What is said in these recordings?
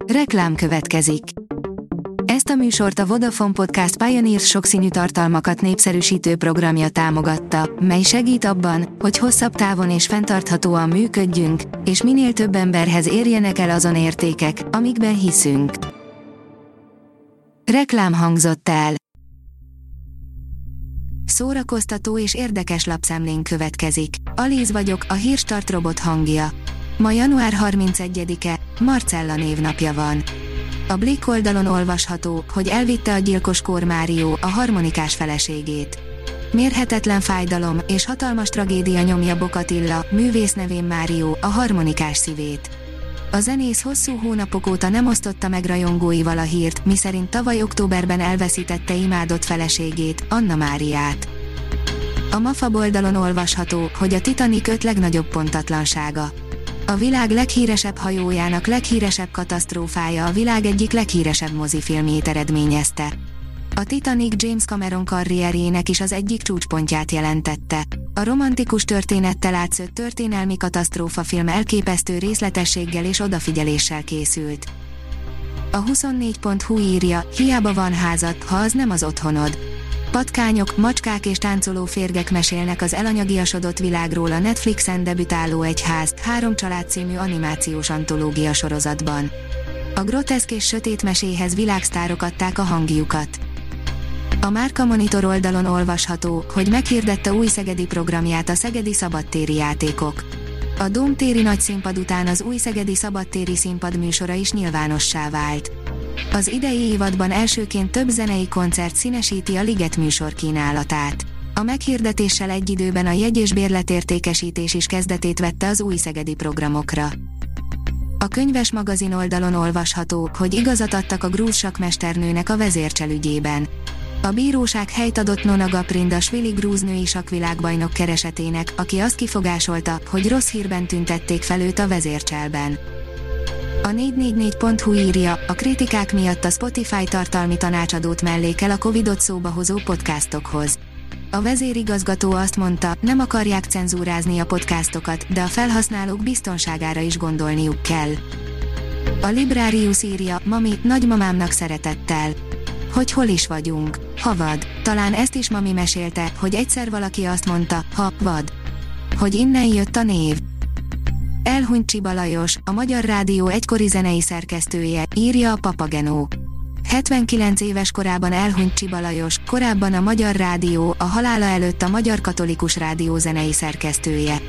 Reklám következik. Ezt a műsort a Vodafone Podcast Pioneers sokszínű tartalmakat népszerűsítő programja támogatta, mely segít abban, hogy hosszabb távon és fenntarthatóan működjünk, és minél több emberhez érjenek el azon értékek, amikben hiszünk. Reklám hangzott el. Szórakoztató és érdekes lapszemlén következik. Alíz vagyok, a Hírstart robot hangja. Ma január 31-e, Marcella névnapja van. A Blick oldalon olvasható, hogy elvitte a gyilkos Kór Mário, a harmonikás feleségét. Mérhetetlen fájdalom és hatalmas tragédia nyomja Bok Attila, művész nevén Mário, a harmonikás szívét. A zenész hosszú hónapok óta nem osztotta meg rajongóival a hírt, miszerint tavaly októberben elveszítette imádott feleségét, Anna Máriát. A Mafab oldalon olvasható, hogy a Titanic 5 legnagyobb pontatlansága. A világ leghíresebb hajójának leghíresebb katasztrófája a világ egyik leghíresebb mozifilmjét eredményezte. A Titanic James Cameron karrierjének is az egyik csúcspontját jelentette. A romantikus történettel átszőtt történelmi katasztrófafilm elképesztő részletességgel és odafigyeléssel készült. A 24.hu írja, hiába van házad, ha az nem az otthonod. Patkányok, macskák és táncoló férgek mesélnek az elanyagiasodott világról a Netflixen debütáló Egy ház, 3 család című animációs antológia sorozatban. A groteszk és sötét meséhez világsztárok adták a hangjukat. A Márka Monitor oldalon olvasható, hogy meghirdette új szegedi programját a Szegedi Szabadtéri Játékok. A Dómtéri nagyszínpad után az új Szegedi Szabadtéri Színpad műsora is nyilvánossá vált. Az idei évadban elsőként több zenei koncert színesíti a Liget műsor kínálatát. A meghirdetéssel egy időben a jegy- és bérletértékesítés is kezdetét vette az új szegedi programokra. A Könyves magazin oldalon olvasható, hogy igazat adtak a grúz sakkmesternőnek a vezércsel ügyében. A bíróság helyt adott Nona Gaprindašvili grúz női sakkvilágbajnok keresetének, aki azt kifogásolta, hogy rossz hírben tüntették fel őt a vezércselben. A 444.hu írja, a kritikák miatt a Spotify tartalmi tanácsadót mellékel a Covid-ot szóba hozó podcastokhoz. A vezérigazgató azt mondta, nem akarják cenzúrázni a podcastokat, de a felhasználók biztonságára is gondolniuk kell. A Librarius írja, mami, nagymamámnak szeretettel. Hogy hol is vagyunk? Havad. Talán ezt is mami mesélte, hogy egyszer valaki azt mondta, ha, vad. Hogy innen jött a név. Elhunyt Csiba Lajos, a Magyar Rádió egykori zenei szerkesztője, írja a Papagenó. 79 éves korában elhunyt Csiba Lajos, korábban a Magyar Rádió, a halála előtt a Magyar Katolikus Rádió zenei szerkesztője.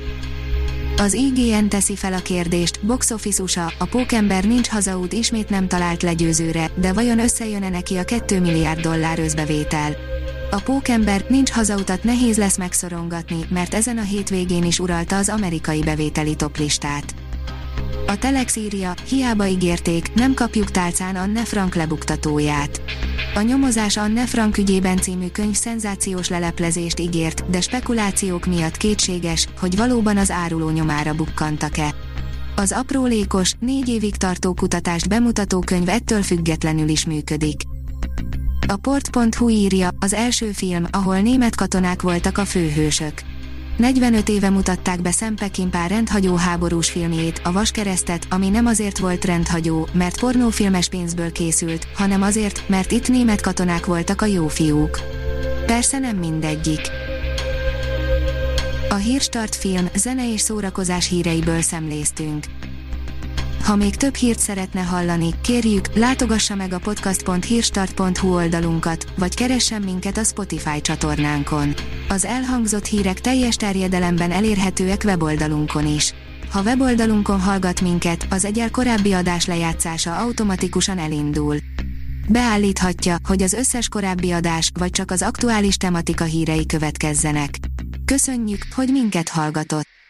Az IGN teszi fel a kérdést, box office USA, a Pókember nincs hazaút ismét nem talált legyőzőre, de vajon összejön-e neki a $2 milliárd összbevétel? A Pókember nincs hazautat nehéz lesz megszorongatni, mert ezen a hétvégén is uralta az amerikai bevételi toplistát. A Telex írja, hiába ígérték, nem kapjuk tálcán Anne Frank lebuktatóját. A Nyomozás Anne Frank ügyében című könyv szenzációs leleplezést ígért, de spekulációk miatt kétséges, hogy valóban az áruló nyomára bukkantak-e. Az aprólékos, 4 évig tartó kutatást bemutató könyv ettől függetlenül is működik. A port.hu írja, az első film, ahol német katonák voltak a főhősök. 45 éve mutatták be Sam Peckinpah rendhagyó háborús filmjét, a Vaskeresztet, ami nem azért volt rendhagyó, mert pornófilmes pénzből készült, hanem azért, mert itt német katonák voltak a jó fiúk. Persze nem mindegyik. A Hírstart film, zene és szórakozás híreiből szemléztünk. Ha még több hírt szeretne hallani, kérjük, látogassa meg a podcast.hírstart.hu oldalunkat, vagy keressen minket a Spotify csatornánkon. Az elhangzott hírek teljes terjedelemben elérhetőek weboldalunkon is. Ha weboldalunkon hallgat minket, az egyel korábbi adás lejátszása automatikusan elindul. Beállíthatja, hogy az összes korábbi adás, vagy csak az aktuális tematika hírei következzenek. Köszönjük, hogy minket hallgatott!